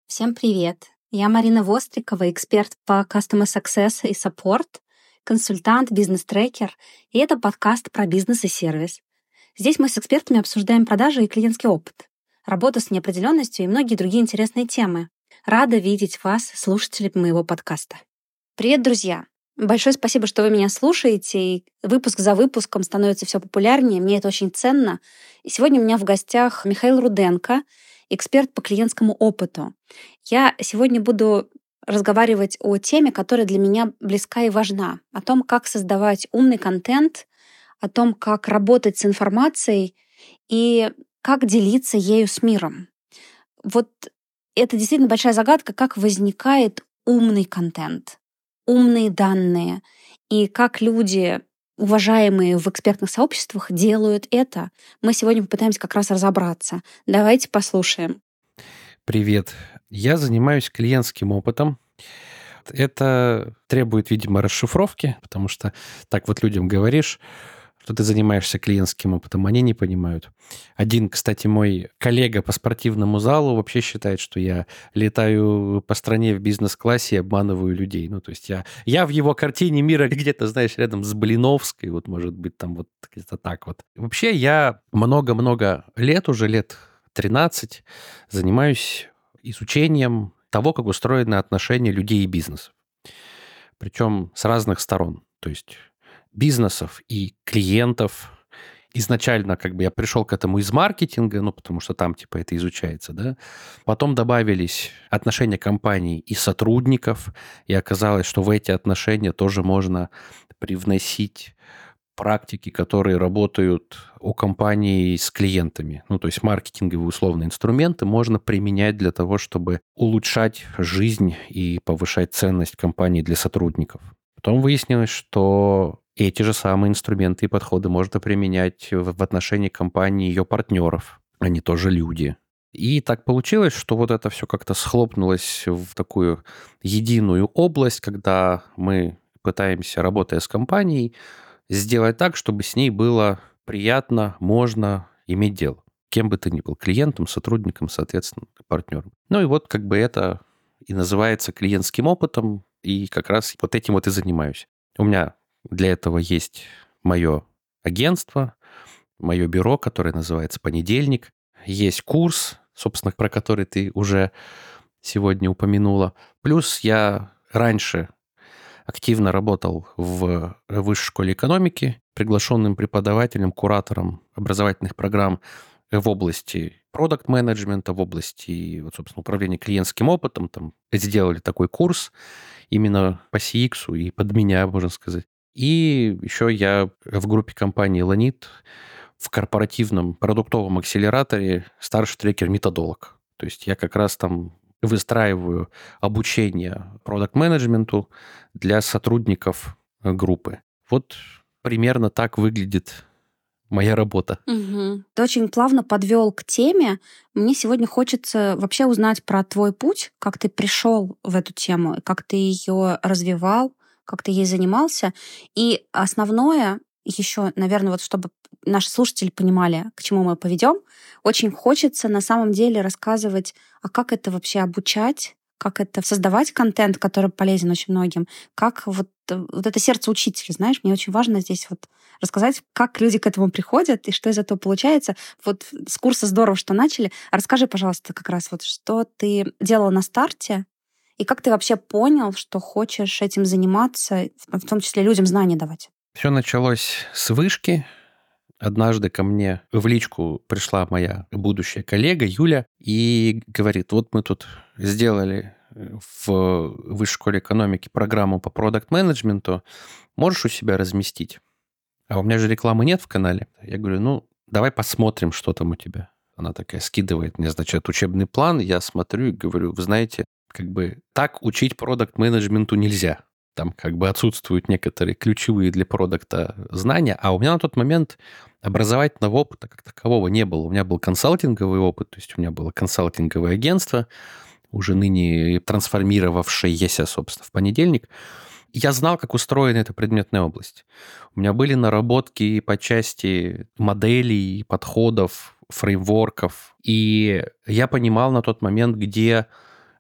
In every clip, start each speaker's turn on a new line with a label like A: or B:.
A: Всем привет! Я Марина Вострикова, эксперт по Customer Success и Support, консультант, бизнес-трекер, и это подкаст про бизнес и сервис. Здесь мы с экспертами обсуждаем продажи и клиентский опыт, работу с неопределенностью и многие другие интересные темы. Рада видеть вас, слушатели моего подкаста. Привет, друзья! Большое спасибо, что вы меня слушаете, и выпуск за выпуском становится все популярнее, мне это очень ценно. И сегодня у меня в гостях Михаил Руденко, эксперт по клиентскому опыту. Я сегодня буду разговаривать о теме, которая для меня близка и важна, о том, как создавать умный контент, о том, как работать с информацией и как делиться ею с миром. Вот это действительно большая загадка, как возникает умный контент, умные данные, и как люди, уважаемые в экспертных сообществах, делают это. Мы сегодня попытаемся как раз разобраться. Давайте послушаем.
B: Привет. Я занимаюсь клиентским опытом. Это требует, видимо, расшифровки, потому что так вот людям говоришь, что ты занимаешься клиентским опытом, они не понимают. Один, кстати, мой коллега по спортивному залу вообще считает, что я летаю по стране в бизнес-классе и обманываю людей. Ну, то есть я в его картине мира где-то, знаешь, рядом с Блиновской, вот, может быть, там вот где-то так вот. Вообще я много-много лет, уже лет 13, занимаюсь изучением того, как устроены отношения людей и бизнеса. Причем с разных сторон. То есть бизнесов и клиентов. Изначально как бы я пришел к этому из маркетинга, ну, потому что там типа это изучается, да. Потом добавились отношения компаний и сотрудников, и оказалось, что в эти отношения тоже можно привносить практики, которые работают у компаний с клиентами. Ну, то есть маркетинговые условные инструменты можно применять для того, чтобы улучшать жизнь и повышать ценность компании для сотрудников. Потом выяснилось, что эти же самые инструменты и подходы можно применять в отношении компании и ее партнеров. Они тоже люди. И так получилось, что вот это все как-то схлопнулось в такую единую область, когда мы пытаемся, работая с компанией, сделать так, чтобы с ней было приятно, можно иметь дело. Кем бы ты ни был, клиентом, сотрудником, соответственно, партнером. Ну и вот как бы это и называется клиентским опытом, и как раз вот этим вот и занимаюсь. У меня для этого есть мое агентство, мое бюро, которое называется «Понедельник». Есть курс, собственно, про который ты уже сегодня упомянула. Плюс я раньше активно работал в Высшей школе экономики, приглашенным преподавателем, куратором образовательных программ в области продакт-менеджмента, в области, вот, собственно, управления клиентским опытом. Там сделали такой курс именно по CX и под меня, можно сказать. И еще я в группе компании «Ланит» в корпоративном продуктовом акселераторе старший трекер-методолог. То есть я как раз там выстраиваю обучение продакт-менеджменту для сотрудников группы. Вот примерно так выглядит моя работа.
A: Угу. Ты очень плавно подвел к теме. Мне сегодня хочется вообще узнать про твой путь, как ты пришел в эту тему, как ты ее развивал, как ты ей занимался. И основное еще, наверное, вот чтобы наши слушатели понимали, к чему мы поведем, очень хочется на самом деле рассказывать, а как это вообще обучать, как это создавать контент, который полезен очень многим, как вот это сердце учителя, знаешь, мне очень важно здесь вот рассказать, как люди к этому приходят и что из этого получается. Вот с курса здорово, что начали. Расскажи, пожалуйста, как раз вот что ты делал на старте и как ты вообще понял, что хочешь этим заниматься, в том числе людям знания давать.
B: Все началось с вышки. Однажды ко мне в личку пришла моя будущая коллега Юля и говорит, вот мы тут сделали в Высшей школе экономики программу по продакт-менеджменту, можешь у себя разместить? А у меня же рекламы нет в канале. Я говорю, ну, давай посмотрим, что там у тебя. Она такая скидывает мне, значит, учебный план, я смотрю и говорю, вы знаете, как бы так учить продакт-менеджменту нельзя. Там как бы отсутствуют некоторые ключевые для продукта знания, а у меня на тот момент образовательного опыта как такового не было. У меня был консалтинговый опыт, то есть у меня было консалтинговое агентство, уже ныне трансформировавшееся, собственно, в понедельник. Я знал, как устроена эта предметная область. У меня были наработки по части моделей, подходов, фреймворков, и я понимал на тот момент, где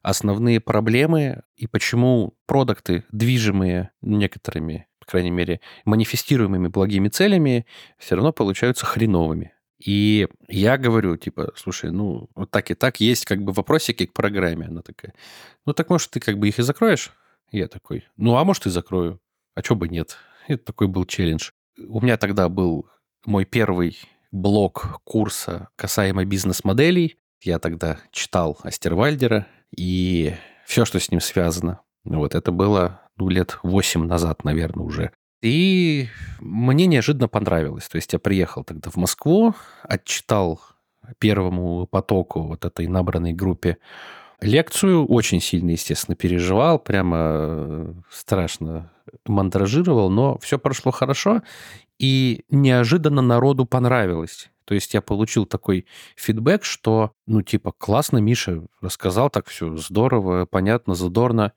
B: основные проблемы и почему продукты, движимые некоторыми, по крайней мере, манифестируемыми благими целями, все равно получаются хреновыми. И я говорю, типа, слушай, ну, вот так и так, есть как бы вопросики к программе. Она такая, ну, так может, ты как бы их и закроешь? Я такой, ну, а может, и закрою. А чё бы нет? Это такой был челлендж. У меня тогда был мой первый блок курса касаемо бизнес-моделей. Я тогда читал Остервальдера, и все, что с ним связано. Вот это было, ну, лет 8 назад, наверное, уже. И мне неожиданно понравилось. То есть я приехал тогда в Москву, отчитал первому потоку вот этой набранной группе лекцию, очень сильно, естественно, переживал, прямо страшно мандражировал, но все прошло хорошо, и неожиданно народу понравилось. То есть я получил такой фидбэк, что, ну, типа, классно, Миша рассказал, так все здорово, понятно, задорно.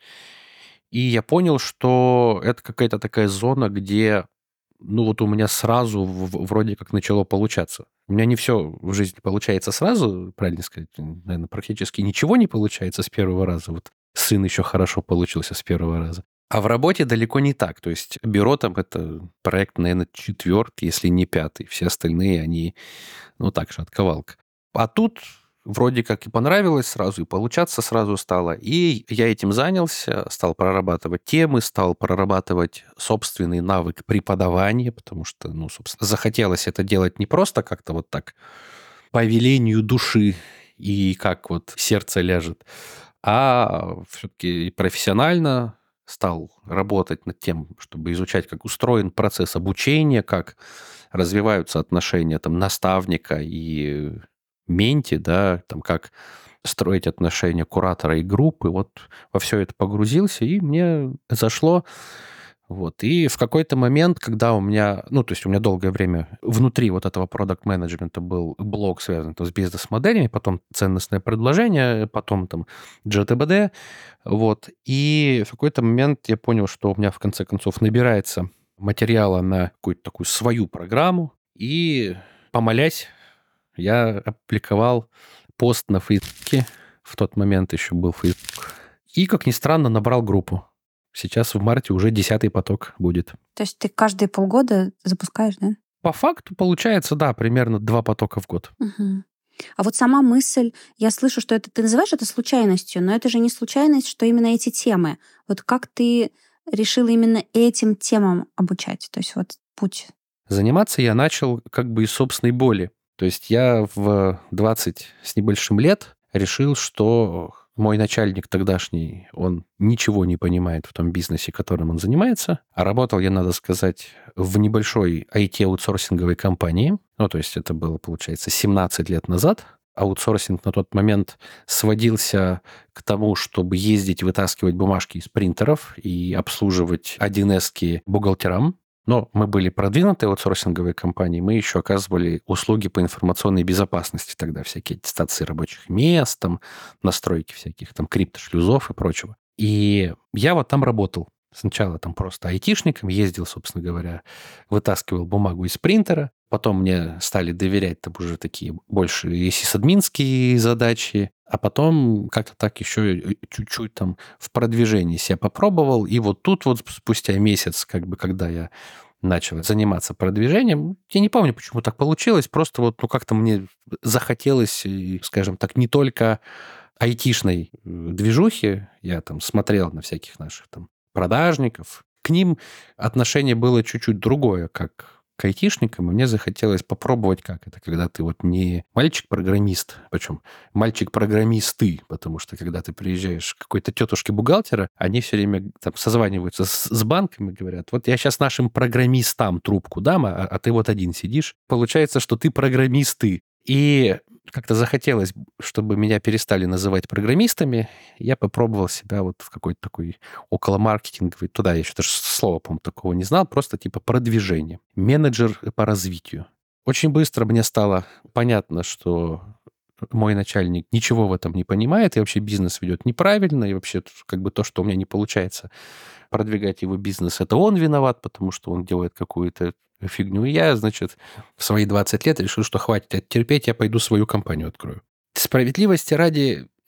B: И я понял, что это какая-то такая зона, где, ну, вот у меня сразу вроде как начало получаться. У меня не все в жизни получается сразу, правильно сказать, наверное, практически ничего не получается с первого раза. Вот сын еще хорошо получился с первого раза. А в работе далеко не так. То есть бюро там это проект, наверное, 4-й, если не 5-й. Все остальные, они, ну, так же, отковалка. А тут вроде как и понравилось сразу, и получаться сразу стало. И я этим занялся, стал прорабатывать темы, стал прорабатывать собственный навык преподавания, потому что, ну, собственно, захотелось это делать не просто как-то вот так по велению души и как вот сердце ляжет, а все-таки профессионально стал работать над тем, чтобы изучать, как устроен процесс обучения, как развиваются отношения там наставника и менти, да, там как строить отношения куратора и группы. Вот во все это погрузился, и мне зашло. Вот. И в какой-то момент, когда у меня, ну, то есть у меня долгое время внутри вот этого продакт-менеджмента был блок, связан с бизнес-моделями, потом ценностное предложение, потом там GTBD, вот. И в какой-то момент я понял, что у меня в конце концов набирается материала на какую-то такую свою программу, и, помолясь, я опубликовал пост на Фейсбуке, в тот момент еще был Фейсбук, и, как ни странно, набрал группу. Сейчас в марте уже 10-й поток будет.
A: То есть ты каждые полгода запускаешь, да?
B: По факту получается, да, примерно 2 потока в год.
A: Угу. А вот сама мысль, я слышу, что это ты называешь это случайностью, но это же не случайность, что именно эти темы. Вот как ты решил именно этим темам обучать? То есть вот путь.
B: Заниматься я начал как бы из собственной боли. То есть я в 20 с небольшим лет решил, что мой начальник тогдашний, он ничего не понимает в том бизнесе, которым он занимается. А работал я, надо сказать, в небольшой IT-аутсорсинговой компании. Ну, то есть это было, получается, 17 лет назад. Аутсорсинг на тот момент сводился к тому, чтобы ездить, вытаскивать бумажки из принтеров и обслуживать 1С-ки бухгалтерам. Но мы были продвинутой аутсорсинговой компанией, мы еще оказывали услуги по информационной безопасности тогда, всякие аттестации рабочих мест, там, настройки всяких там криптошлюзов и прочего. И я вот там работал. Сначала там просто айтишником ездил, собственно говоря, вытаскивал бумагу из принтера. Потом мне стали доверять там уже такие больше сисадминские задачи. А потом как-то так еще чуть-чуть там в продвижении себя попробовал. И вот тут вот спустя месяц, как бы, когда я начал заниматься продвижением, я не помню, почему так получилось, просто вот, ну, как-то мне захотелось, скажем так, не только айтишной движухи, я там смотрел на всяких наших там продажников, к ним отношение было чуть-чуть другое, как к айтишникам, и мне захотелось попробовать, как это, когда ты вот не мальчик-программист, причем мальчик-программисты, потому что когда ты приезжаешь к какой-то тетушке бухгалтера, они все время там созваниваются с банками, говорят, вот я сейчас нашим программистам трубку дам, а ты вот один сидишь. Получается, что ты программисты. И как-то захотелось, чтобы меня перестали называть программистами. Я попробовал себя вот в какой-то такой околомаркетинговый, туда я еще даже слова, по-моему, такого не знал, просто типа продвижение. Менеджер по развитию. Очень быстро мне стало понятно, что мой начальник ничего в этом не понимает, и вообще бизнес ведет неправильно, и вообще как бы то, что у меня не получается продвигать его бизнес, это он виноват, потому что он делает какую-то фигню. И я, значит, в свои 20 лет решил, что хватит это терпеть, я пойду свою компанию открою. Справедливости ради,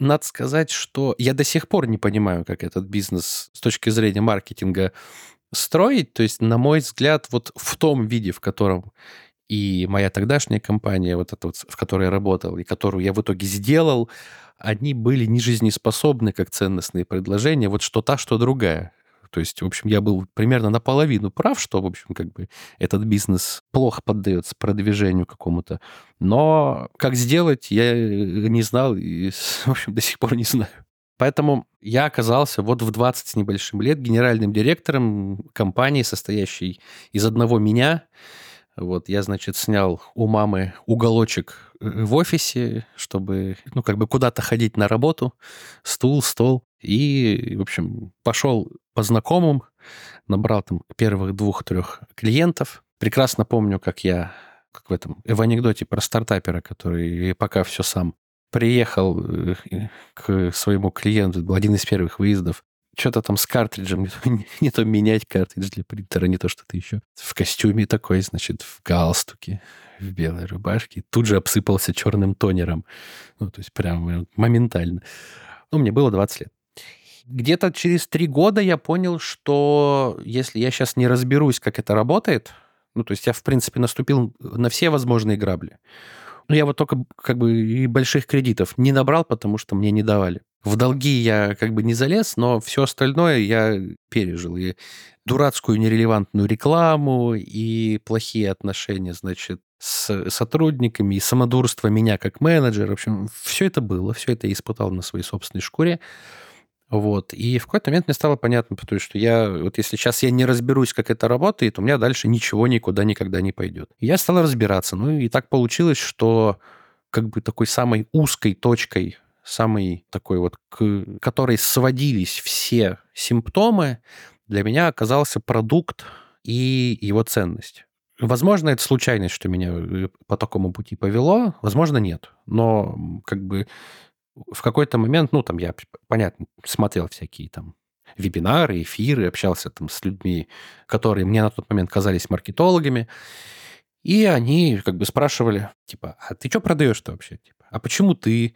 B: надо сказать, что я до сих пор не понимаю, как этот бизнес с точки зрения маркетинга строить. То есть, на мой взгляд, вот в том виде, в котором и моя тогдашняя компания, вот эта вот, в которой я работал, и которую я в итоге сделал, они были не жизнеспособны как ценностные предложения, вот что та, что другая. То есть, в общем, я был примерно наполовину прав, что, в общем, как бы этот бизнес плохо поддается продвижению какому-то. Но как сделать, я не знал и, в общем, до сих пор не знаю. Поэтому я оказался вот в 20 с небольшим лет генеральным директором компании, состоящей из одного меня. Вот я, значит, снял у мамы уголочек в офисе, чтобы, ну, как бы куда-то ходить на работу, стул, стол. И, в общем, пошел по знакомым, набрал там первых 2-3 клиентов. Прекрасно помню, как я, как в анекдоте про стартапера, который пока все сам, приехал к своему клиенту, был один из первых выездов, что-то там с картриджем, не то менять картридж для принтера, не то что-то еще. В костюме такой, значит, в галстуке, в белой рубашке. Тут же обсыпался черным тонером. Ну, то есть прям моментально. Ну, мне было 20 лет. Где-то через 3 года я понял, что если я сейчас не разберусь, как это работает, ну, то есть я, в принципе, наступил на все возможные грабли. Ну, я вот только как бы и больших кредитов не набрал, потому что мне не давали. В долги я как бы не залез, но все остальное я пережил. И дурацкую нерелевантную рекламу, и плохие отношения, значит, с сотрудниками, и самодурство меня как менеджера. В общем, все это было, все это я испытал на своей собственной шкуре. Вот. И в какой-то момент мне стало понятно, потому что вот если сейчас я не разберусь, как это работает, у меня дальше ничего никуда никогда не пойдет. И я стал разбираться. Ну и так получилось, что как бы такой самой узкой точкой, самой такой вот, к которой сводились все симптомы, для меня оказался продукт и его ценность. Возможно, это случайность, что меня по такому пути повело, возможно, нет. Но как бы в какой-то момент, ну, там я, понятно, смотрел всякие там вебинары, эфиры, общался там с людьми, которые мне на тот момент казались маркетологами, и они как бы спрашивали, типа, а ты что продаешь-то вообще? Типа, а почему ты?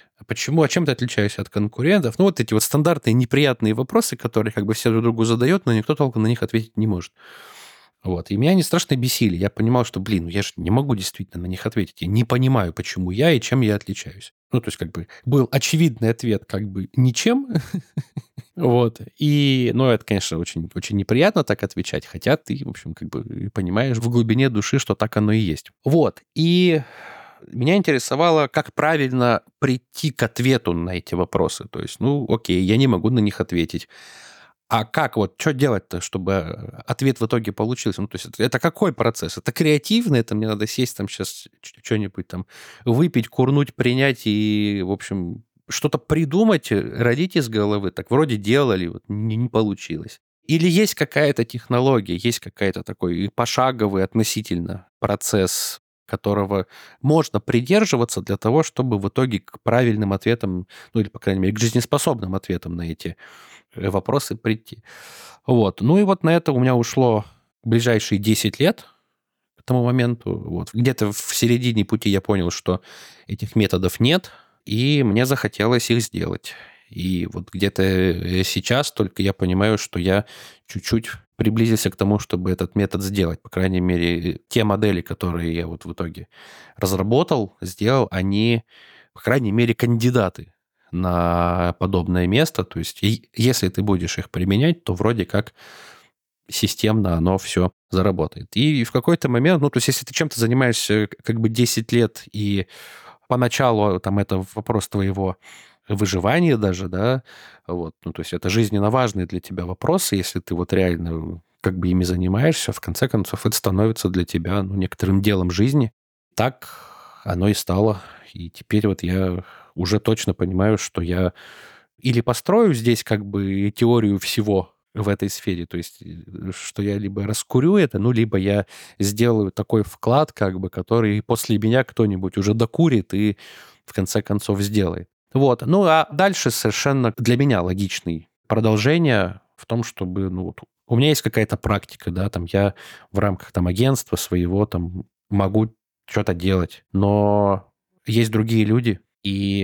B: А чем ты отличаешься от конкурентов? Ну, вот эти вот стандартные неприятные вопросы, которые как бы все друг другу задают, но никто толком на них ответить не может. Вот. И меня они страшно бесили. Я понимал, что, я же не могу действительно на них ответить. Я не понимаю, почему я и чем я отличаюсь. Ну, то есть, как бы, был очевидный ответ, как бы, ничем. Вот. И, ну, это, конечно, очень, очень неприятно так отвечать, хотя ты, в общем, как бы, понимаешь в глубине души, что так оно и есть. Вот. И меня интересовало, как правильно прийти к ответу на эти вопросы. То есть, ну, окей, я не могу на них ответить. А как вот, что делать-то, чтобы ответ в итоге получился? Ну, то есть это какой процесс? Это креативно, это мне надо сесть там сейчас что-нибудь там выпить, курнуть, принять и, в общем, что-то придумать, родить из головы. Так вроде делали, вот не получилось. Или есть какая-то технология, есть какая-то такой пошаговый относительно процесс, которого можно придерживаться для того, чтобы в итоге к правильным ответам, ну или, по крайней мере, к жизнеспособным ответам на эти вопросы прийти. Вот. Ну и вот на это у меня ушло ближайшие 10 лет к тому моменту. Вот. Где-то в середине пути я понял, что этих методов нет, и мне захотелось их сделать. И вот где-то сейчас только я понимаю, что я чуть-чуть приблизился к тому, чтобы этот метод сделать. По крайней мере, те модели, которые я вот в итоге разработал, сделал, они, по крайней мере, кандидаты на подобное место. То есть если ты будешь их применять, то вроде как системно оно все заработает. И в какой-то момент, ну, то есть если ты чем-то занимаешься как бы 10 лет, и поначалу там это вопрос твоего выживания даже, да, вот, ну, то есть это жизненно важные для тебя вопросы, если ты вот реально как бы ими занимаешься, в конце концов это становится для тебя, ну, некоторым делом жизни. Так оно и стало. И теперь вот я уже точно понимаю, что я или построю здесь как бы теорию всего в этой сфере, то есть что я либо раскурю это, ну, либо я сделаю такой вклад, как бы, который после меня кто-нибудь уже докурит и в конце концов сделает. Вот. Ну, а дальше совершенно для меня логичный продолжение в том, чтобы, ну, вот, у меня есть какая-то практика, да, там я в рамках там агентства своего там могу что-то делать, но есть другие люди, и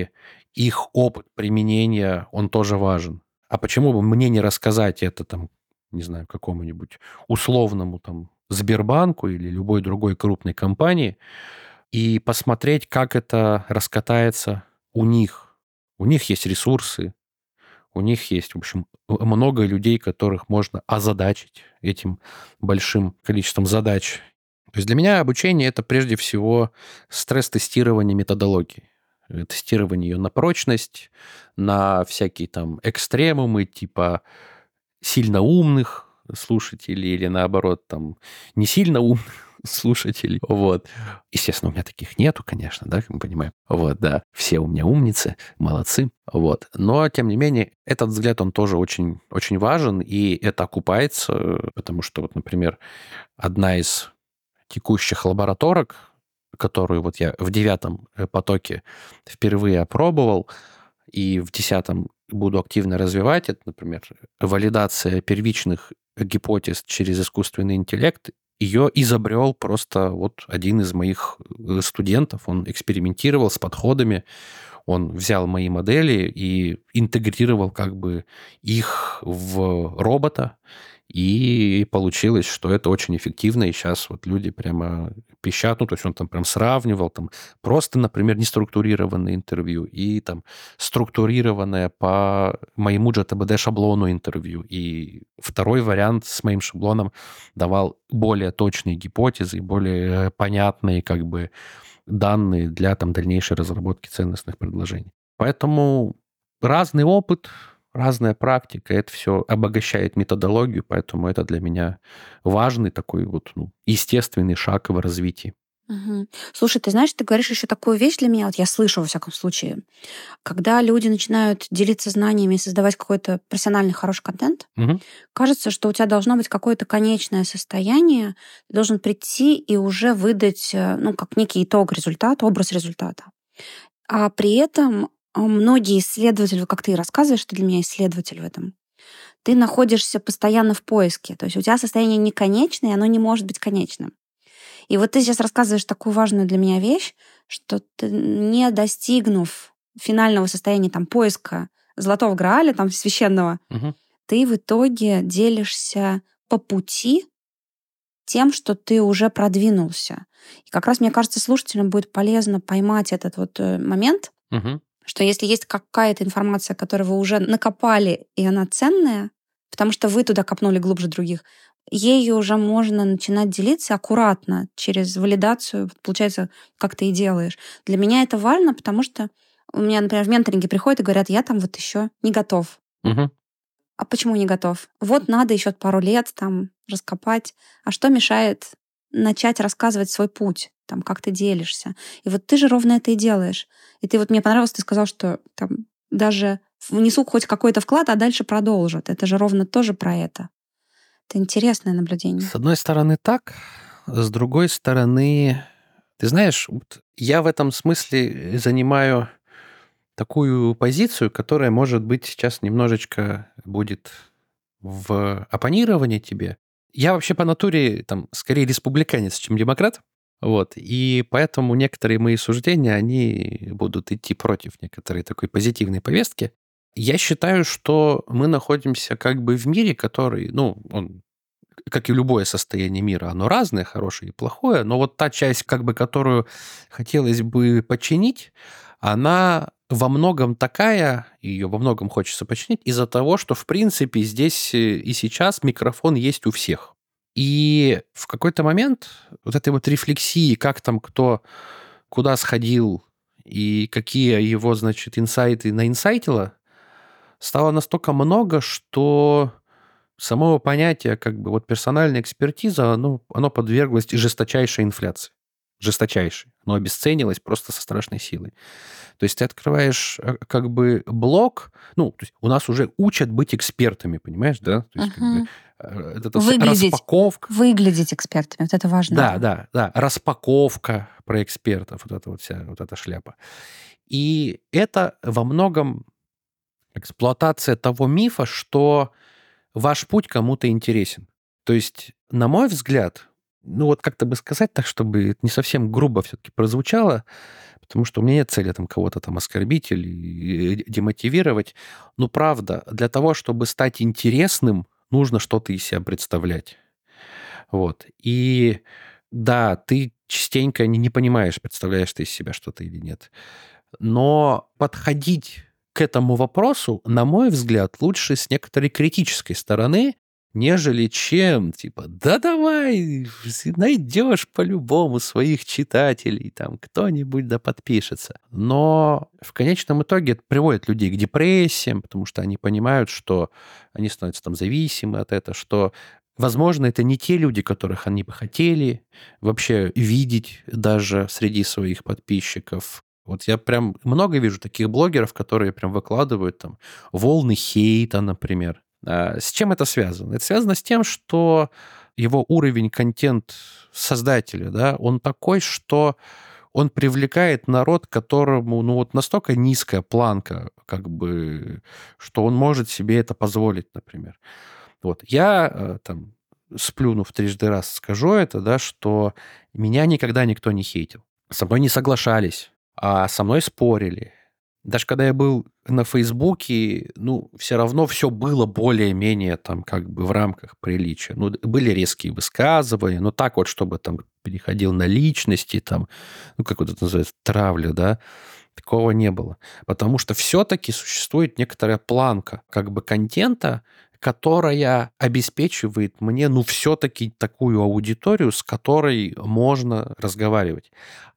B: их опыт применения, он тоже важен. А почему бы мне не рассказать это там, не знаю, какому-нибудь условному там Сбербанку или любой другой крупной компании и посмотреть, как это раскатается у них. У них есть ресурсы, у них есть, в общем, много людей, которых можно озадачить этим большим количеством задач. То есть для меня обучение — это прежде всего стресс-тестирование методологии. Тестирование ее на прочность, на всякие там экстремумы, типа сильно умных слушателей или, наоборот, там не сильно умных слушателей. Вот. Естественно, у меня таких нету, конечно, да, как мы понимаем. Вот, да. Все у меня умницы, молодцы. Вот. Но, тем не менее, этот взгляд, он тоже очень, очень важен, и это окупается, потому что, вот, например, одна из текущих лабораторок, которую вот я в 9 потоке впервые опробовал, и в 10 буду активно развивать, это, например, валидация первичных гипотез через искусственный интеллект. Ее изобрел просто вот один из моих студентов. Он экспериментировал с подходами, он взял мои модели и интегрировал как бы их в робота, и получилось, что это очень эффективно, и сейчас вот люди прямо пищат, ну, то есть он там прям сравнивал там просто, например, неструктурированное интервью и там структурированное по моему GTBD шаблону интервью. И второй вариант с моим шаблоном давал более точные гипотезы, более понятные как бы данные для там дальнейшей разработки ценностных предложений. Поэтому разный опыт, разная практика, это все обогащает методологию, поэтому это для меня важный такой вот естественный шаг в развитии.
A: Мгм. Слушай, ты знаешь, ты говоришь еще такую вещь для меня, вот я слышу во всяком случае, когда люди начинают делиться знаниями и создавать какой-то профессиональный хороший контент,
B: Мгм.
A: кажется, что у тебя должно быть какое-то конечное состояние, ты должен прийти и уже выдать, ну, как некий итог результата, образ результата. А при этом многие исследователи, как ты и рассказываешь, ты для меня исследователь в этом, ты находишься постоянно в поиске. То есть у тебя состояние не конечное, и оно не может быть конечным. И вот ты сейчас рассказываешь такую важную для меня вещь, что ты, не достигнув финального состояния там, поиска золотого грааля, там, священного,
B: Мгм.
A: ты в итоге делишься по пути тем, что ты уже продвинулся. И как раз, мне кажется, слушателям будет полезно поймать этот вот момент,
B: Мгм.
A: что если есть какая-то информация, которую вы уже накопали, и она ценная, потому что вы туда копнули глубже других, ею уже можно начинать делиться аккуратно через валидацию. Вот получается, как ты и делаешь. Для меня это важно, потому что у меня, например, в менторинге приходят и говорят, я там вот еще не готов.
B: Мгм.
A: А почему не готов? Вот надо еще пару лет там раскопать. А что мешает начать рассказывать свой путь? Там, как ты делишься. И вот ты же ровно это и делаешь. И ты вот мне понравилось, ты сказал, что там даже внесу хоть какой-то вклад, а дальше продолжат. Это же ровно тоже про это. Это интересное наблюдение.
B: С одной стороны так, с другой стороны, ты знаешь, вот я в этом смысле занимаю такую позицию, которая, может быть, сейчас немножечко будет в оппонировании тебе. Я вообще по натуре там скорее республиканец, чем демократ. Вот. И поэтому некоторые мои суждения, они будут идти против некоторой такой позитивной повестки. Я считаю, что мы находимся как бы в мире, который, ну, он, как и любое состояние мира, оно разное, хорошее и плохое, но вот та часть, как бы, которую хотелось бы починить, она во многом такая, ее во многом хочется починить, из-за того, что, в принципе, здесь и сейчас микрофон есть у всех. И в какой-то момент вот этой вот рефлексии, как там кто куда сходил и какие его, значит, инсайты наинсайтило, стало настолько много, что самого понятия как бы вот персональная экспертиза, оно подверглось жесточайшей инфляции. Жесточайшей. Оно обесценилось просто со страшной силой. То есть ты открываешь как бы блог, ну, то есть у нас уже учат быть экспертами, понимаешь, да? То есть как бы это вся распаковка.
A: Выглядеть экспертами. Вот это важно.
B: Да. Распаковка про экспертов, вот эта вот вся вот эта шляпа. И это во многом эксплуатация того мифа, что ваш путь кому-то интересен. То есть, на мой взгляд, ну вот как-то бы сказать так, чтобы это не совсем грубо все-таки прозвучало, потому что у меня нет цели там кого-то там оскорбить или демотивировать. Но правда, для того, чтобы стать интересным, нужно что-то из себя представлять. Вот. И да, ты частенько не понимаешь, представляешь ты из себя что-то или нет. Но подходить к этому вопросу, на мой взгляд, лучше с некоторой критической стороны, нежели чем, типа, да давай, найдешь по-любому своих читателей, там, кто-нибудь да подпишется. Но в конечном итоге это приводит людей к депрессиям, потому что они понимают, что они становятся там зависимы от этого, что, возможно, это не те люди, которых они бы хотели вообще видеть даже среди своих подписчиков. Вот я прям много вижу таких блогеров, которые прям выкладывают там волны хейта, например. С чем это связано? Это связано с тем, что его уровень контент-создателя, да, он такой, что он привлекает народ, которому, ну, вот настолько низкая планка, как бы, что он может себе это позволить, например. Вот. Я там, сплюнув трижды раз, скажу это, да, что меня никогда никто не хейтил. Со мной не соглашались, а со мной спорили. Даже когда я был на Фейсбуке, ну, все равно все было более-менее там как бы в рамках приличия. Ну, были резкие высказывания, но так вот, чтобы там переходил на личности, там, ну, как вот это называется, травля, да, такого не было. Потому что все-таки существует некоторая планка как бы контента, которая обеспечивает мне, ну, все-таки такую аудиторию, с которой можно разговаривать.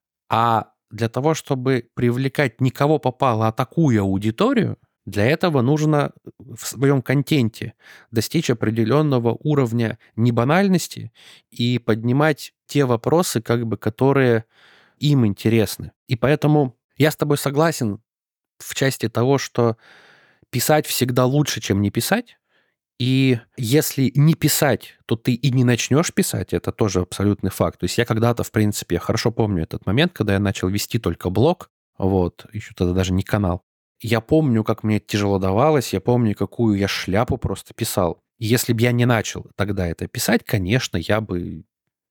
B: А для того, чтобы привлекать не кого попало, а такую аудиторию, для этого нужно в своем контенте достичь определенного уровня небанальности и поднимать те вопросы, как бы, которые им интересны. И поэтому я с тобой согласен в части того, что писать всегда лучше, чем не писать. И если не писать, то ты и не начнешь писать, это тоже абсолютный факт. То есть я когда-то, в принципе, я хорошо помню этот момент, когда я начал вести только блог, вот, еще тогда даже не канал. Я помню, как мне это тяжело давалось, я помню, какую я шляпу просто писал. И если бы я не начал тогда это писать, конечно, я бы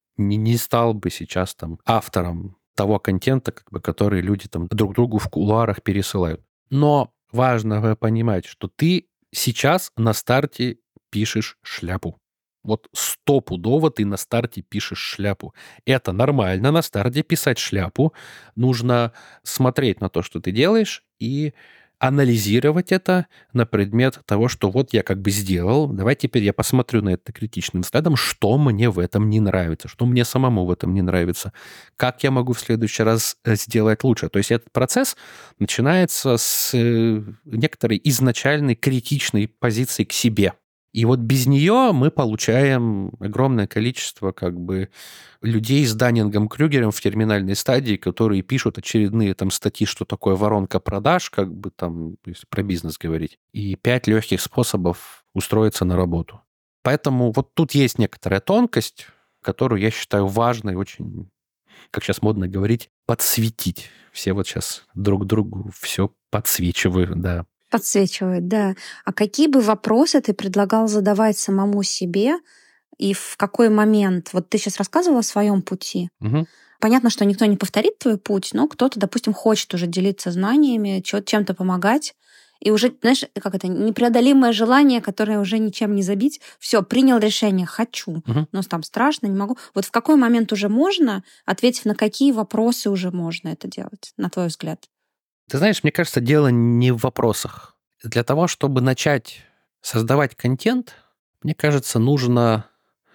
B: не стал бы сейчас там автором того контента, как бы, который люди там друг другу в кулуарах пересылают. Но важно понимать, что ты сейчас на старте пишешь шляпу. Вот стопудово ты на старте пишешь шляпу. Это нормально на старте писать шляпу. Нужно смотреть на то, что ты делаешь, и анализировать это на предмет того, что вот я как бы сделал, давай теперь я посмотрю на это критичным взглядом, что мне в этом не нравится, что мне самому в этом не нравится, как я могу в следующий раз сделать лучше. То есть этот процесс начинается с некоторой изначальной критичной позиции к себе. И вот без нее мы получаем огромное количество как бы людей с Даннингом-Крюгером в терминальной стадии, которые пишут очередные там статьи, что такое воронка продаж, как бы там, если про бизнес говорить, и 5 легких способов устроиться на работу. Поэтому вот тут есть некоторая тонкость, которую я считаю важной очень, как сейчас модно говорить, подсветить. Все вот сейчас друг другу все подсвечивают, да.
A: Подсвечивает, да. А какие бы вопросы ты предлагал задавать самому себе и в какой момент? Вот ты сейчас рассказывала о своем пути.
B: Угу.
A: Понятно, что никто не повторит твой путь, но кто-то, допустим, хочет уже делиться знаниями, чем-то помогать. И уже, знаешь, как это, непреодолимое желание, которое уже ничем не забить. Все, принял решение, хочу. Но там страшно, не могу. Вот в какой момент уже можно, ответив на какие вопросы уже можно это делать, на твой взгляд?
B: Ты знаешь, мне кажется, дело не в вопросах. Для того, чтобы начать создавать контент, мне кажется, нужно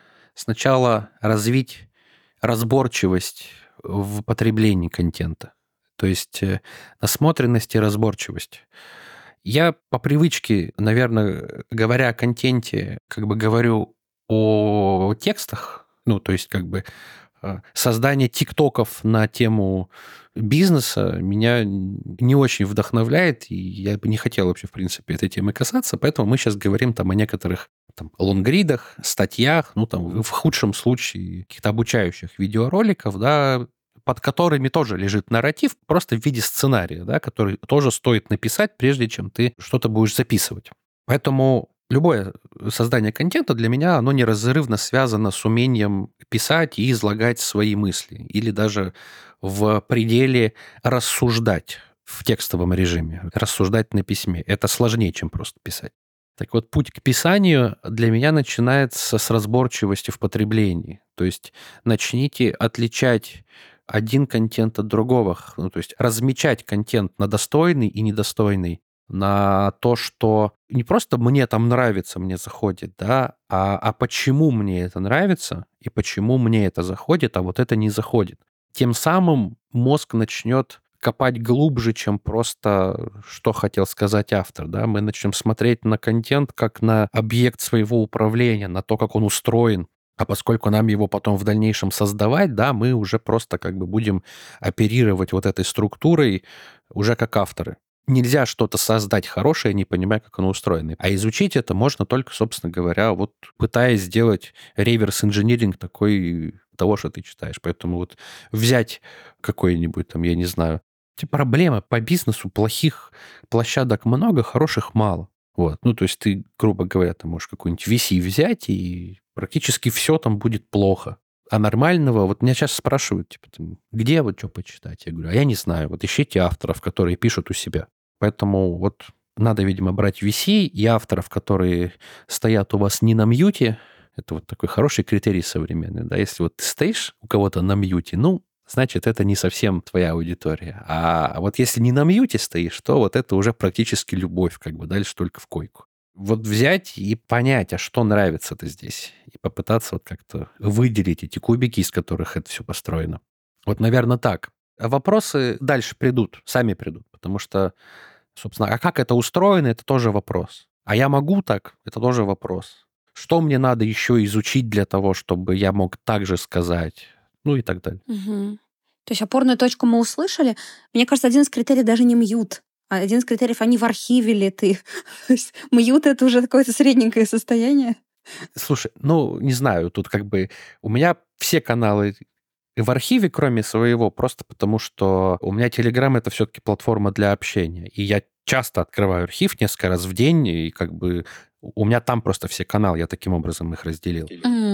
B: сначала развить разборчивость в потреблении контента. То есть насмотренность и разборчивость. Я по привычке, наверное, говоря о контенте, как бы говорю о текстах, ну, то есть как бы создание тиктоков на тему бизнеса меня не очень вдохновляет, и я бы не хотел вообще, в принципе, этой темы касаться, поэтому мы сейчас говорим там о некоторых там лонгридах, статьях, ну, там, в худшем случае, каких-то обучающих видеороликов, да, под которыми тоже лежит нарратив, просто в виде сценария, да, который тоже стоит написать, прежде чем ты что-то будешь записывать. Поэтому Любое создание контента для меня, оно неразрывно связано с умением писать и излагать свои мысли. Или даже в пределе рассуждать в текстовом режиме, рассуждать на письме. Это сложнее, чем просто писать. Так вот, путь к писанию для меня начинается с разборчивости в потреблении. То есть начните отличать один контент от другого. Ну, то есть размечать контент на достойный и недостойный, на то, что не просто мне там нравится, мне заходит, да, а почему мне это нравится и почему мне это заходит, а вот это не заходит. Тем самым мозг начнет копать глубже, чем просто что хотел сказать автор, да. Мы начнем смотреть на контент как на объект своего управления, на то, как он устроен. А поскольку нам его потом в дальнейшем создавать, да, мы уже просто как бы будем оперировать вот этой структурой уже как авторы. Нельзя что-то создать хорошее, не понимая, как оно устроено. А изучить это можно только, собственно говоря, вот пытаясь сделать реверс-инжиниринг такой того, что ты читаешь. Поэтому вот взять какой-нибудь там, я не знаю, проблема по бизнесу, плохих площадок много, хороших мало. Вот. Ну, то есть ты, грубо говоря, ты можешь какой-нибудь VC взять, и практически все там будет плохо. А нормального, вот меня сейчас спрашивают, типа, где вот что почитать? Я говорю, а я не знаю, вот ищите авторов, которые пишут у себя. Поэтому вот надо, видимо, брать VC и авторов, которые стоят у вас не на мьюте. Это вот такой хороший критерий современный. Да? Если вот ты стоишь у кого-то на мьюте, ну, значит, это не совсем твоя аудитория. А вот если не на мьюте стоишь, то вот это уже практически любовь, как бы дальше только в койку. Вот взять и понять, а что нравится-то здесь, и попытаться вот как-то выделить эти кубики, из которых это все построено. Вот, наверное, так. А вопросы дальше придут, сами придут, потому что, собственно, а как это устроено, это тоже вопрос. А я могу так, это тоже вопрос. Что мне надо еще изучить для того, чтобы я мог так же сказать, ну и так далее.
A: Мгм. То есть опорную точку мы услышали. Мне кажется, один из критериев даже не мьют. А один из критериев, они в архиве ли ты. То есть мьют — это уже какое-то средненькое состояние.
B: Слушай, ну, не знаю, тут как бы у меня все каналы в архиве, кроме своего, просто потому что у меня Telegram — это все-таки платформа для общения. И я часто открываю архив несколько раз в день, и как бы у меня там просто все каналы, я таким образом их разделил.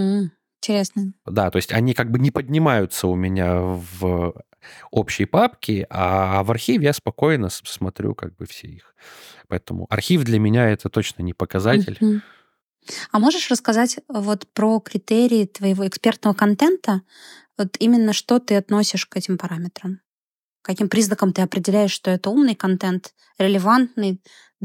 A: Интересно.
B: Да, то есть они как бы не поднимаются у меня в общей папке, а в архиве я спокойно смотрю как бы все их. Поэтому архив для меня — это точно не показатель.
A: Мгм. А можешь рассказать вот про критерии твоего экспертного контента? Вот именно что ты относишь к этим параметрам? Каким признаком ты определяешь, что это умный контент, релевантный,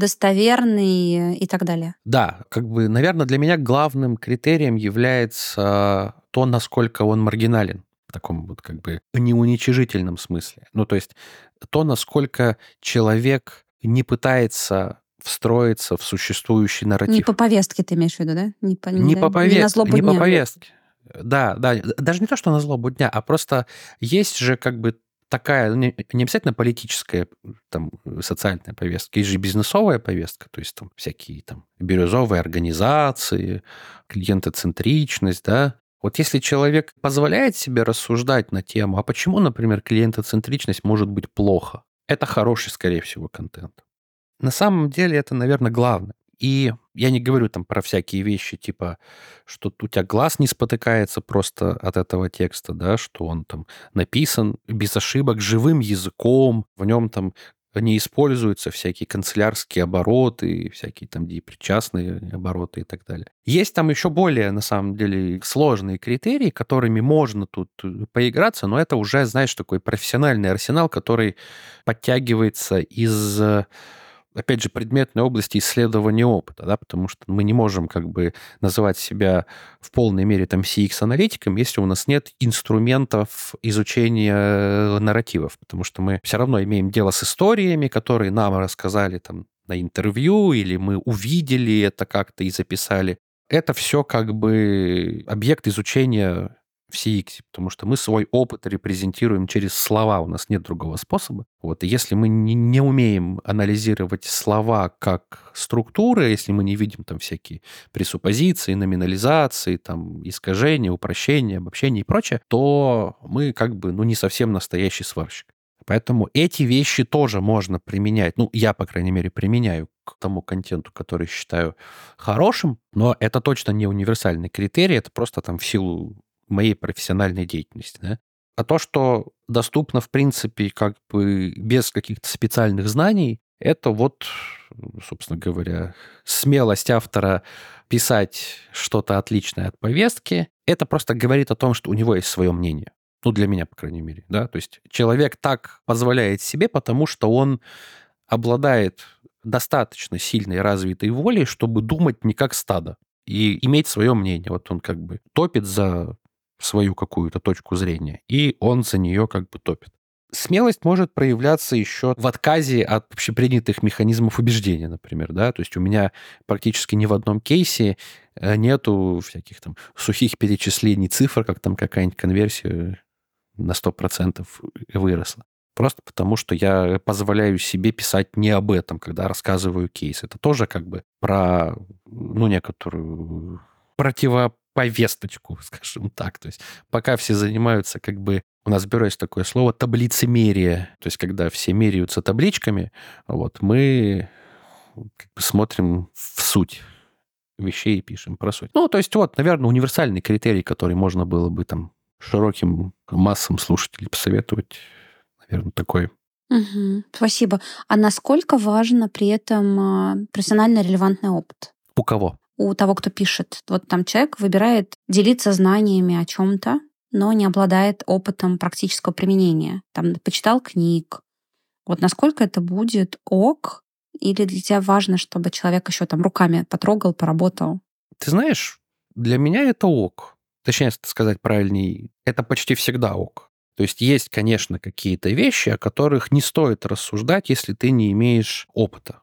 A: достоверный и так далее?
B: Да, как бы, наверное, для меня главным критерием является то, насколько он маргинален в таком вот как бы неуничижительном смысле. Ну, то есть то, насколько человек не пытается встроиться в существующий
A: Не
B: нарратив.
A: по повестке ты имеешь в виду, да?
B: Не по
A: Не на злобу
B: не по
A: дня.
B: повестке. Да, да, даже не то, что на злобу дня, а просто есть же как бы такая, не обязательно политическая, там, социальная повестка, есть же бизнесовая повестка, то есть там всякие там бирюзовые организации, клиентоцентричность, да. Вот если человек позволяет себе рассуждать на тему, а почему, например, клиентоцентричность может быть плохо, это хороший, скорее всего, контент. На самом деле это, наверное, главное. И я не говорю там про всякие вещи, типа, что у тебя глаз не спотыкается просто от этого текста, да, что он там написан без ошибок, живым языком, в нем там не используются всякие канцелярские обороты, всякие там причастные обороты и так далее. Есть там еще более, на самом деле, сложные критерии, которыми можно тут поиграться, но это уже, знаешь, такой профессиональный арсенал, который подтягивается из, опять же, предметной области исследования опыта, да, потому что мы не можем как бы называть себя в полной мере там CX-аналитиком, если у нас нет инструментов изучения нарративов, потому что мы все равно имеем дело с историями, которые нам рассказали там на интервью, или мы увидели это как-то и записали. Это все как бы объект изучения в CX, потому что мы свой опыт репрезентируем через слова, у нас нет другого способа. Вот. И если мы не умеем анализировать слова как структуры, если мы не видим там всякие пресуппозиции, номинализации, там, искажения, упрощения, обобщения и прочее, то мы как бы не совсем настоящий сварщик. Поэтому эти вещи тоже можно применять. Ну, я, по крайней мере, применяю к тому контенту, который считаю хорошим, но это точно не универсальный критерий, это просто там в силу моей профессиональной деятельности, да. А то, что доступно, в принципе, как бы без каких-то специальных знаний, это вот, собственно говоря, смелость автора писать что-то отличное от повестки. Это просто говорит о том, что у него есть свое мнение. Ну, для меня, по крайней мере, да. То есть человек так позволяет себе, потому что он обладает достаточно сильной развитой волей, чтобы думать не как стадо и иметь свое мнение. Вот он как бы топит за свою какую-то точку зрения, и он за нее как бы топит. Смелость может проявляться еще в отказе от общепринятых механизмов убеждения, например, да, то есть у меня практически ни в одном кейсе нету всяких там сухих перечислений цифр, как там какая-нибудь конверсия на 100% выросла. Просто потому, что я позволяю себе писать не об этом, когда рассказываю кейс. Это тоже как бы про, ну, некоторую противоповесточку, скажем так. То есть пока все занимаются как бы... У нас в бюро есть такое слово таблицемерие. То есть когда все меряются табличками, вот, мы как бы смотрим в суть вещей и пишем про суть. Ну, то есть вот, наверное, универсальный критерий, который можно было бы там широким массам слушателей посоветовать, наверное, такой.
A: Угу, спасибо. А насколько важно при этом профессионально релевантный опыт?
B: У кого?
A: У того, кто пишет. Вот там человек выбирает делиться знаниями о чем-то, но не обладает опытом практического применения. Там почитал книг. Вот насколько это будет ок, или для тебя важно, чтобы человек еще там руками потрогал, поработал?
B: Ты знаешь, для меня это ок. Точнее сказать правильнее, это почти всегда ок. То есть, конечно, какие-то вещи, о которых не стоит рассуждать, если ты не имеешь опыта.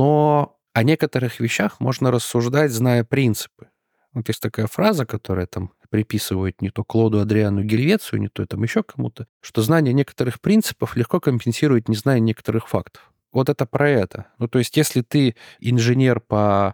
B: Но о некоторых вещах можно рассуждать, зная принципы. Вот есть такая фраза, которая там приписывают не то Клоду Адриану Гельвецию, не то там еще кому-то, что знание некоторых принципов легко компенсирует незнание некоторых фактов. Вот это про это. Ну, то есть, если ты инженер по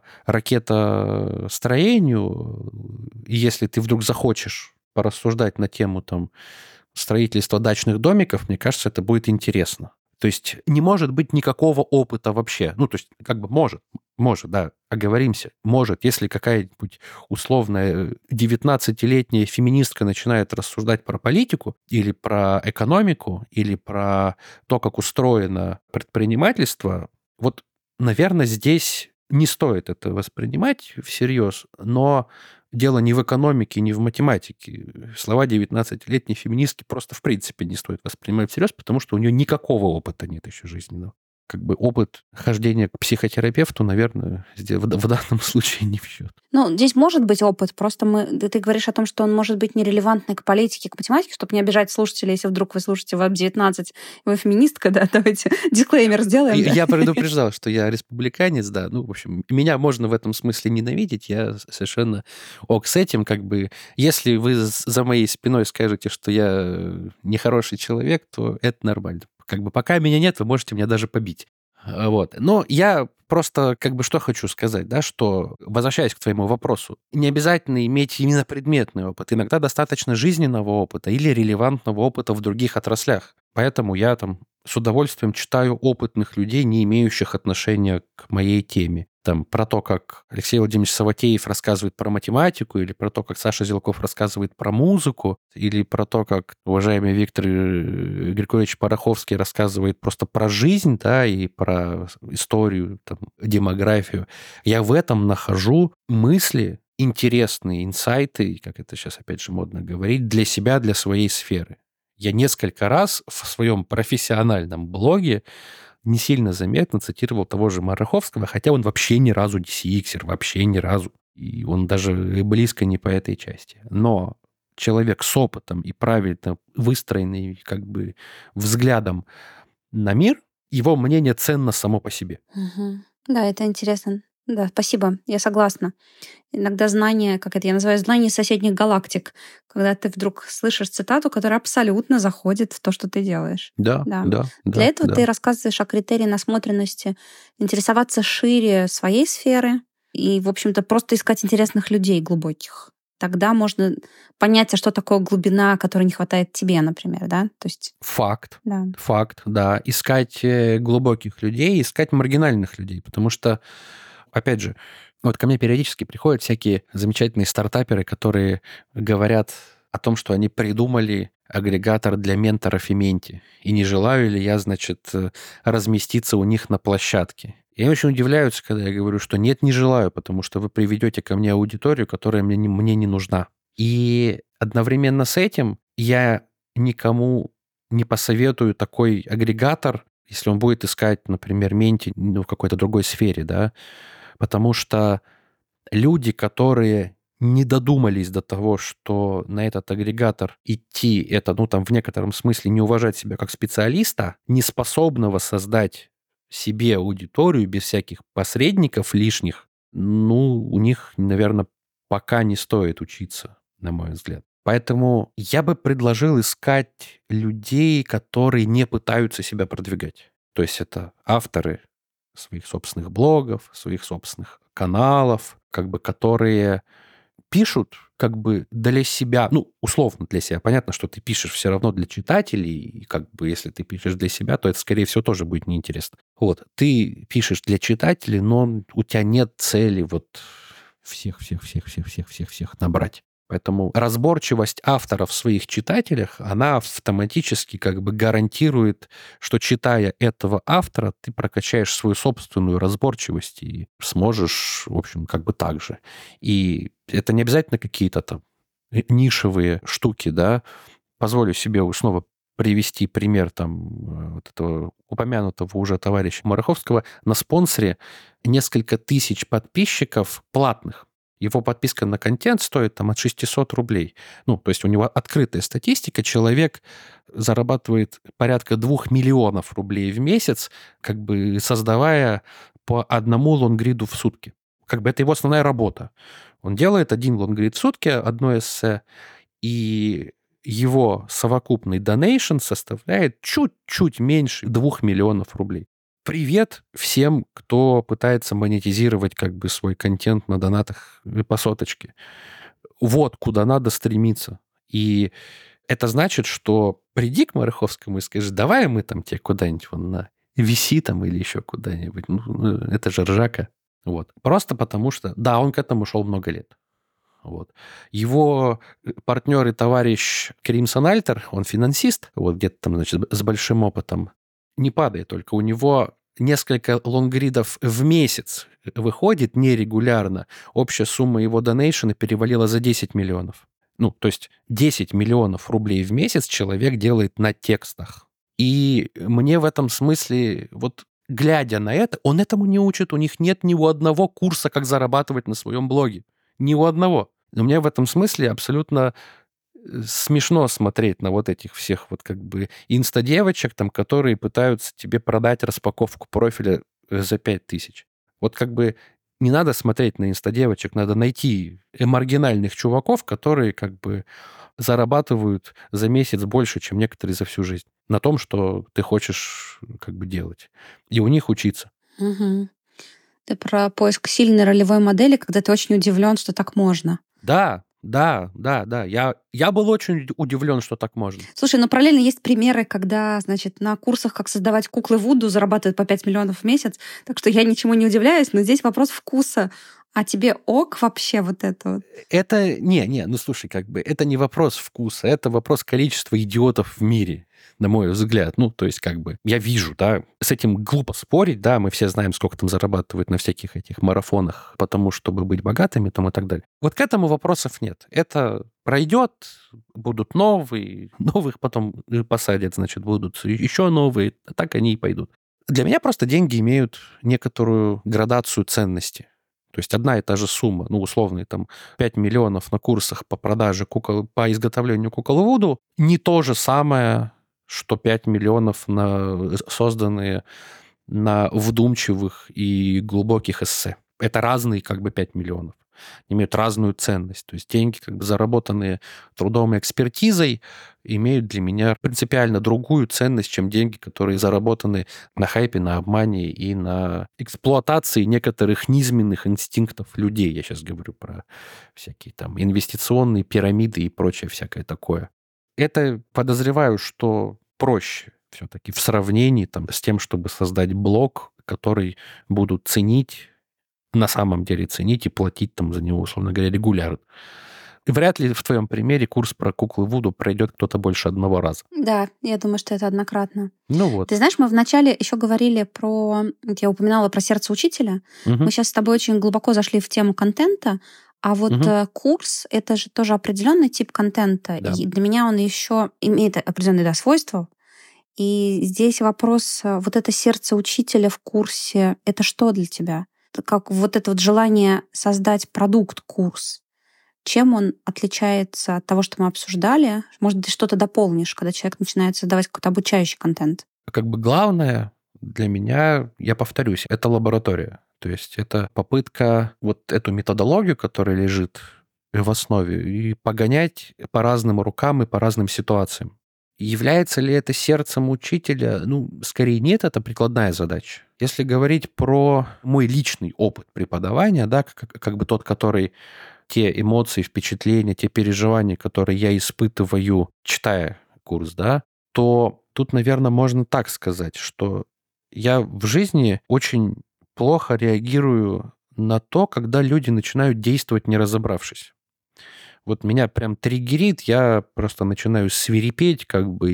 B: ракетостроению, и если ты вдруг захочешь порассуждать на тему там строительства дачных домиков, мне кажется, это будет интересно. То есть не может быть никакого опыта вообще. Ну, то есть как бы может, да, оговоримся, может, если какая-нибудь условная 19-летняя феминистка начинает рассуждать про политику или про экономику, или про то, как устроено предпринимательство, вот, наверное, здесь не стоит это воспринимать всерьез, но дело не в экономике, не в математике. Слова 19-летней феминистки просто в принципе не стоит воспринимать всерьез, потому что у нее никакого опыта нет еще жизненного. Как бы опыт хождения к психотерапевту, наверное, в данном случае не в счет.
A: Ну, здесь может быть опыт, просто ты говоришь о том, что он может быть нерелевантный к политике, к математике, чтобы не обижать слушателей, если вдруг вы слушаете ВЭБ 19, вы феминистка, да, давайте дисклеймер сделаем. Да?
B: Я предупреждал, что я республиканец, да, ну, в общем, меня можно в этом смысле ненавидеть, я совершенно ок с этим, как бы, если вы за моей спиной скажете, что я нехороший человек, то это нормально. Как бы пока меня нет, вы можете меня даже побить. Вот. Но я просто как бы что хочу сказать, да, что, возвращаясь к твоему вопросу, не обязательно иметь именно предметный опыт. Иногда достаточно жизненного опыта или релевантного опыта в других отраслях. Поэтому я там с удовольствием читаю опытных людей, не имеющих отношения к моей теме. Там про то, как Алексей Владимирович Саватеев рассказывает про математику, или про то, как Саша Зелков рассказывает про музыку, или про то, как уважаемый Виктор Григорьевич Пороховский рассказывает просто про жизнь, да, и про историю, там, демографию. Я в этом нахожу мысли, интересные инсайты, как это сейчас опять же модно говорить, для себя, для своей сферы. Я несколько раз в своем профессиональном блоге не сильно заметно цитировал того же Мараховского, хотя он вообще ни разу не CXer, вообще ни разу. И он даже близко не по этой части. Но человек с опытом и правильно выстроенный как бы взглядом на мир, его мнение ценно само по себе.
A: Угу. Да, это интересно. Да, спасибо, я согласна. Иногда знание, как это я называю, знание соседних галактик, когда ты вдруг слышишь цитату, которая абсолютно заходит в то, что ты делаешь.
B: Да.
A: Для этого ты рассказываешь о критерии насмотренности, интересоваться шире своей сферы и, в общем-то, просто искать интересных людей глубоких. тогда можно понять, а что такое глубина, которой не хватает тебе, например, да? То есть...
B: Факт.
A: Да.
B: Факт, да. Искать глубоких людей, искать маргинальных людей, потому что, опять же, вот ко мне периодически приходят всякие замечательные стартаперы, которые говорят о том, что они придумали агрегатор для менторов и менти. И не желаю ли я, значит, разместиться у них на площадке. И они очень удивляются, когда я говорю, что нет, не желаю, потому что вы приведете ко мне аудиторию, которая мне не нужна. И одновременно с этим я никому не посоветую такой агрегатор, если он будет искать, например, менти в какой-то другой сфере, да, потому что люди, которые не додумались до того, что на этот агрегатор идти, это, в некотором смысле не уважать себя как специалиста, не способного создать себе аудиторию без всяких посредников лишних, у них, наверное, пока не стоит учиться, на мой взгляд. Поэтому я бы предложил искать людей, которые не пытаются себя продвигать. То есть это авторы своих собственных блогов, своих собственных каналов, которые пишут для себя, условно для себя. Понятно, что ты пишешь все равно для читателей, и если ты пишешь для себя, то это, скорее всего, тоже будет неинтересно. Ты пишешь для читателей, но у тебя нет цели всех набрать. Поэтому разборчивость автора в своих читателях, она автоматически гарантирует, что, читая этого автора, ты прокачаешь свою собственную разборчивость и сможешь, в общем, так же. И это не обязательно какие-то там нишевые штуки, да. Позволю себе снова привести пример вот этого упомянутого уже товарища Мараховского. На спонсоре несколько тысяч подписчиков платных. Его подписка на контент стоит от 600 рублей. То есть у него открытая статистика. Человек зарабатывает порядка 2 миллионов рублей в месяц, создавая по одному лонгриду в сутки. Это его основная работа. Он делает один лонгрид в сутки, одно эссе, и его совокупный донейшн составляет чуть-чуть меньше 2 миллионов рублей. Привет всем, кто пытается монетизировать свой контент на донатах по соточке. Вот куда надо стремиться. И это значит, что приди к Мараховскому и скажи, давай мы тебе куда-нибудь на VC или еще куда-нибудь. Это же ржака. Просто потому что, да, он к этому шел много лет. Его партнер и товарищ Керим Санальтер, он финансист, где-то с большим опытом, не падает только. У него несколько лонгридов в месяц выходит нерегулярно. Общая сумма его донейшена перевалила за 10 миллионов. То есть 10 миллионов рублей в месяц человек делает на текстах. И мне в этом смысле, глядя на это, он этому не учит. У них нет ни у одного курса, как зарабатывать на своем блоге. Ни у одного. Но мне в этом смысле абсолютно смешно смотреть на этих всех инста-девочек, которые пытаются тебе продать распаковку профиля за 5000. Не надо смотреть на инста-девочек, надо найти маргинальных чуваков, которые зарабатывают за месяц больше, чем некоторые за всю жизнь на том, что ты хочешь делать. И у них учиться.
A: Угу. Ты про поиск сильной ролевой модели, когда ты очень удивлен, что так можно.
B: Да. Я был очень удивлен, что так можно.
A: Слушай, параллельно есть примеры, когда, на курсах «Как создавать куклы Вуду» зарабатывают по 5 миллионов в месяц. Так что я ничему не удивляюсь, но здесь вопрос вкуса. А тебе ок вообще это?
B: Это, слушай, это не вопрос вкуса, это вопрос количества идиотов в мире, на мой взгляд. То есть, я вижу, да, с этим глупо спорить, да, мы все знаем, сколько там зарабатывают на всяких этих марафонах, потому чтобы быть богатыми, и так далее. К этому вопросов нет. Это пройдет, будут новых потом посадят, будут еще новые, а так они и пойдут. Для меня просто деньги имеют некоторую градацию ценности. То есть одна и та же сумма, условные 5 миллионов на курсах по продаже кукол, по изготовлению кукол Вуду, не то же самое, что 5 миллионов созданные на вдумчивых и глубоких эссе. Это разные 5 миллионов. имеют разную ценность. То есть деньги, как бы заработанные трудом и экспертизой, имеют для меня принципиально другую ценность, чем деньги, которые заработаны на хайпе, на обмане и на эксплуатации некоторых низменных инстинктов людей. Я сейчас говорю про всякие там инвестиционные пирамиды и прочее всякое такое. Это, подозреваю, что проще все-таки в сравнении там, с тем, чтобы создать блог, который будут ценить, на самом деле ценить и платить там за него, условно говоря, регулярно. Вряд ли в твоем примере курс про куклы Вуду пройдет кто-то больше одного раза.
A: Да, я думаю, что это однократно.
B: Ну вот.
A: Ты знаешь, мы вначале еще говорили про... Я упоминала про сердце учителя. Мы сейчас с тобой очень глубоко зашли в тему контента, а вот курс — это же тоже определенный тип контента.
B: Да.
A: И для меня он еще имеет определенные свойства. И здесь вопрос, вот это сердце учителя в курсе, это что для тебя? Как вот это вот желание создать продукт-курс. Чем он отличается от того, что мы обсуждали? Может, ты что-то дополнишь, когда человек начинает создавать какой-то обучающий контент?
B: Как бы главное для меня, я повторюсь, это лаборатория. То есть это попытка вот эту методологию, которая лежит в основе, и погонять по разным рукам и по разным ситуациям. Является ли это сердцем учителя? Ну, скорее нет, это прикладная задача. Если говорить про мой личный опыт преподавания, да, как бы тот, который те эмоции, впечатления, те переживания, которые я испытываю, читая курс, да, то тут, наверное, можно так сказать, что я в жизни очень плохо реагирую на то, когда люди начинают действовать, не разобравшись. Вот меня прям триггерит, я просто начинаю свирепеть, как бы,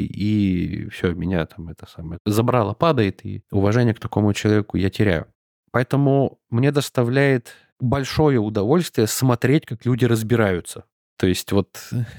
B: и все, меня там это самое забрало падает, и уважение к такому человеку я теряю. Поэтому мне доставляет большое удовольствие смотреть, как люди разбираются. То есть вот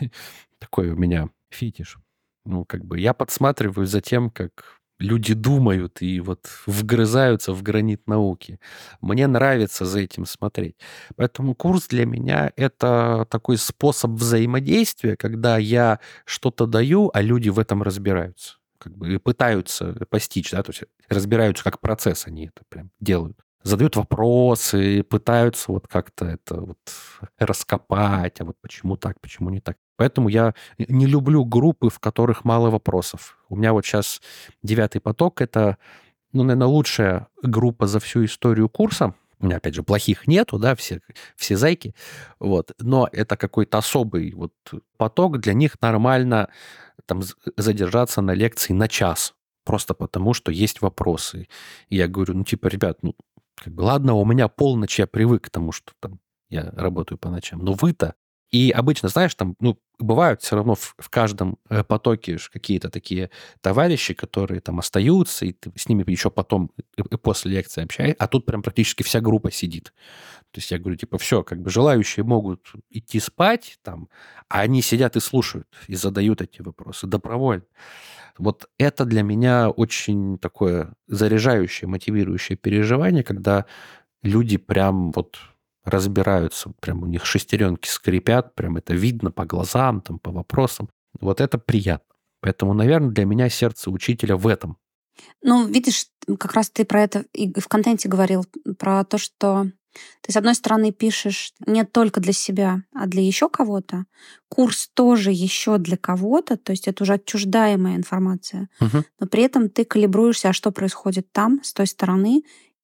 B: такой у меня фетиш. Ну, как бы я подсматриваю за тем, как люди думают и вот вгрызаются в гранит науки. Мне нравится за этим смотреть. Поэтому курс для меня — это такой способ взаимодействия, когда я что-то даю, а люди в этом разбираются. Как бы и пытаются постичь, да, то есть разбираются как процесс, они это прям делают. Задают вопросы, пытаются вот как-то это вот раскопать, а вот почему так, почему не так. Поэтому я не люблю группы, в которых мало вопросов. У меня вот сейчас 9-й поток — это, ну, наверное, лучшая группа за всю историю курса. У меня, опять же, плохих нету, да, все зайки. Вот. Но это какой-то особый вот поток. Для них нормально там задержаться на лекции на час. Просто потому, что есть вопросы. И я говорю, ну, типа, ребят, ну, как бы, ладно, у меня полночь, я привык к тому, что там я работаю по ночам. Но вы-то... И обычно, знаешь, там, ну, бывают все равно в каждом потоке какие-то такие товарищи, которые там остаются, и ты с ними еще потом и после лекции общаешься, а тут прям практически вся группа сидит. То есть я говорю, типа, все, как бы желающие могут идти спать, там, а они сидят и слушают, и задают эти вопросы добровольно. Вот это для меня очень такое заряжающее, мотивирующее переживание, когда люди прям вот разбираются, прям у них шестеренки скрипят, прям это видно по глазам, там, по вопросам. Вот это приятно. Поэтому, наверное, для меня сердце учителя в этом.
A: Ну, видишь, как раз ты про это и в контенте говорил, про то, что ты, с одной стороны, пишешь не только для себя, а для еще кого-то. Курс тоже еще для кого-то, то есть это уже отчуждаемая информация. Но при этом ты калибруешься, а что происходит там, с той стороны,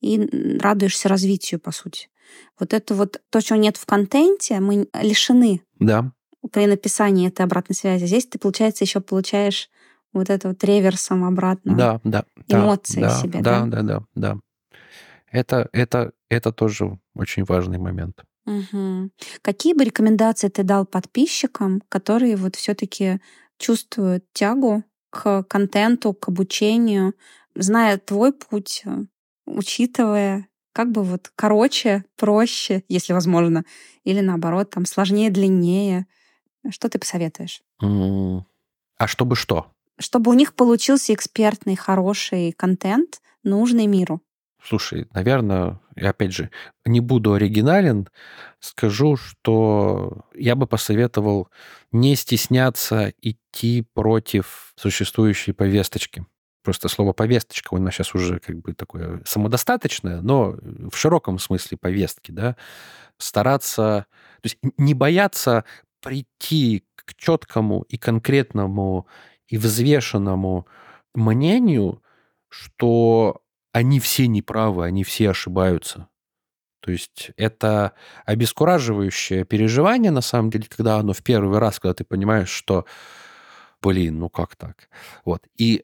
A: и радуешься развитию, по сути. Вот это вот то, чего нет в контенте, мы лишены
B: Да.
A: при написании этой обратной связи. Здесь ты, получается, еще получаешь вот это вот реверсом обратно эмоции себе, да?
B: Да. Это тоже очень важный момент.
A: Угу. Какие бы рекомендации ты дал подписчикам, которые вот все-таки чувствуют тягу к контенту, к обучению, зная твой путь, учитывая, как бы вот короче, проще, если возможно, или наоборот, там сложнее, длиннее. Что ты посоветуешь?
B: А чтобы что?
A: Чтобы у них получился экспертный, хороший контент, нужный миру.
B: Слушай, наверное, и опять же, не буду оригинален, скажу, что я бы посоветовал не стесняться идти против существующей повесточки. просто слово повесточка, у нас сейчас уже как бы такое самодостаточное, но в широком смысле повестки, да, стараться, то есть не бояться прийти к четкому и конкретному и взвешенному мнению, что они все неправы, они все ошибаются. То есть это обескураживающее переживание, на самом деле, когда оно в первый раз, когда ты понимаешь, что, блин, ну как так? Вот. И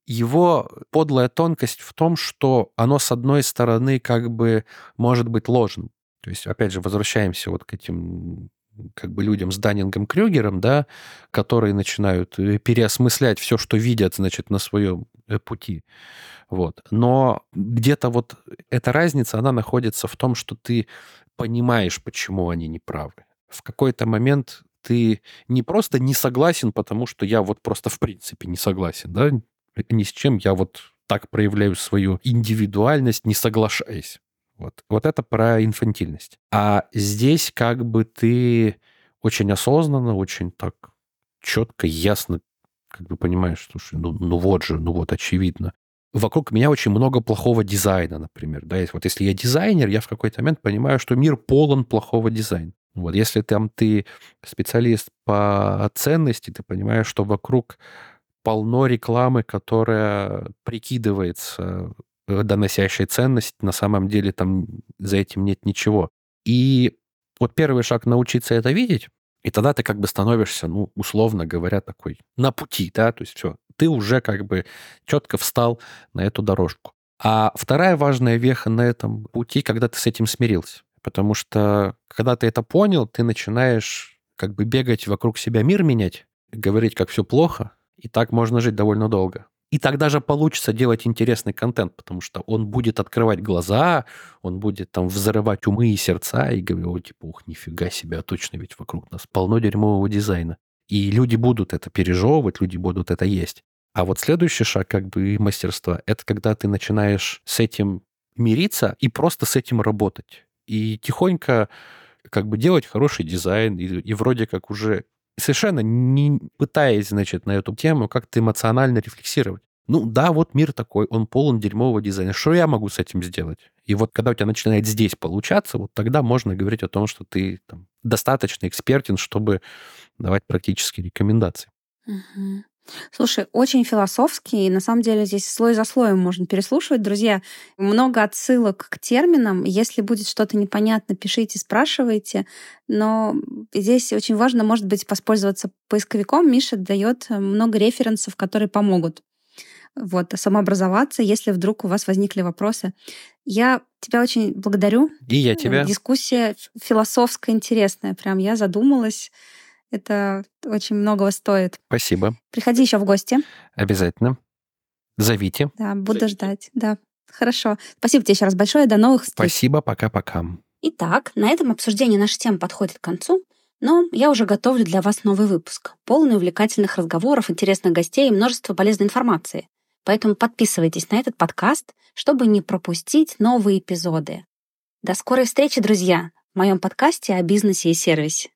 B: его подлая тонкость в том, что оно, с одной стороны, как бы может быть ложным. То есть, опять же, возвращаемся вот к этим как бы людям с Даннингом-Крюгером, да, которые начинают переосмыслять все, что видят, значит, на своем пути. Вот. Но где-то вот эта разница, она находится в том, что ты понимаешь, почему они неправы. В какой-то момент ты не просто не согласен, потому что я вот просто в принципе не согласен, да, ни с чем, я вот так проявляю свою индивидуальность, не соглашаясь. Вот это про инфантильность. А здесь как бы ты очень осознанно, очень так четко, ясно как бы понимаешь, слушай, ну вот же, ну вот очевидно. Вокруг меня очень много плохого дизайна, например. Да? Вот если я дизайнер, я в какой-то момент понимаю, что мир полон плохого дизайна. Вот. Если там ты специалист по ценности, ты понимаешь, что вокруг полно рекламы, которая прикидывается доносящей ценность, на самом деле там за этим нет ничего. И вот первый шаг научиться это видеть, и тогда ты как бы становишься, ну, условно говоря, такой на пути, да, то есть все, ты уже как бы четко встал на эту дорожку. А вторая важная веха на этом пути, когда ты с этим смирился. Потому что, когда ты это понял, ты начинаешь как бы бегать вокруг себя, мир менять, говорить, как все плохо, и так можно жить довольно долго. И тогда же получится делать интересный контент, потому что он будет открывать глаза, он будет там взрывать умы и сердца и говорить, о, типа, ух, нифига себе, а точно ведь вокруг нас полно дерьмового дизайна. И люди будут это пережевывать, люди будут это есть. А вот следующий шаг как бы мастерства, это когда ты начинаешь с этим мириться и просто с этим работать. И тихонько как бы делать хороший дизайн, и вроде как уже совершенно не пытаясь, значит, на эту тему как-то эмоционально рефлексировать. Ну да, вот мир такой, он полон дерьмового дизайна. Что я могу с этим сделать? И вот когда у тебя начинает здесь получаться, вот тогда можно говорить о том, что ты там достаточно экспертен, чтобы давать практические рекомендации.
A: Мгм. Слушай, очень философский, и на самом деле здесь слой за слоем можно переслушивать. Друзья, много отсылок к терминам. Если будет что-то непонятно, пишите, спрашивайте. Но здесь очень важно, может быть, воспользоваться поисковиком. Миша дает много референсов, которые помогут вот, самообразоваться, если вдруг у вас возникли вопросы. Я тебя очень благодарю.
B: И я тебя.
A: Дискуссия философская, интересная. Прям я задумалась. Это очень многого стоит.
B: Спасибо.
A: Приходи еще в гости.
B: Обязательно. Зовите.
A: Да, буду ждать. Да, хорошо. Спасибо тебе еще раз большое. До новых встреч.
B: Спасибо. Пока-пока.
A: Итак, на этом обсуждение нашей темы подходит к концу, но я уже готовлю для вас новый выпуск, полный увлекательных разговоров, интересных гостей и множество полезной информации. Поэтому подписывайтесь на этот подкаст, чтобы не пропустить новые эпизоды. До скорой встречи, друзья, в моем подкасте о бизнесе и сервисе.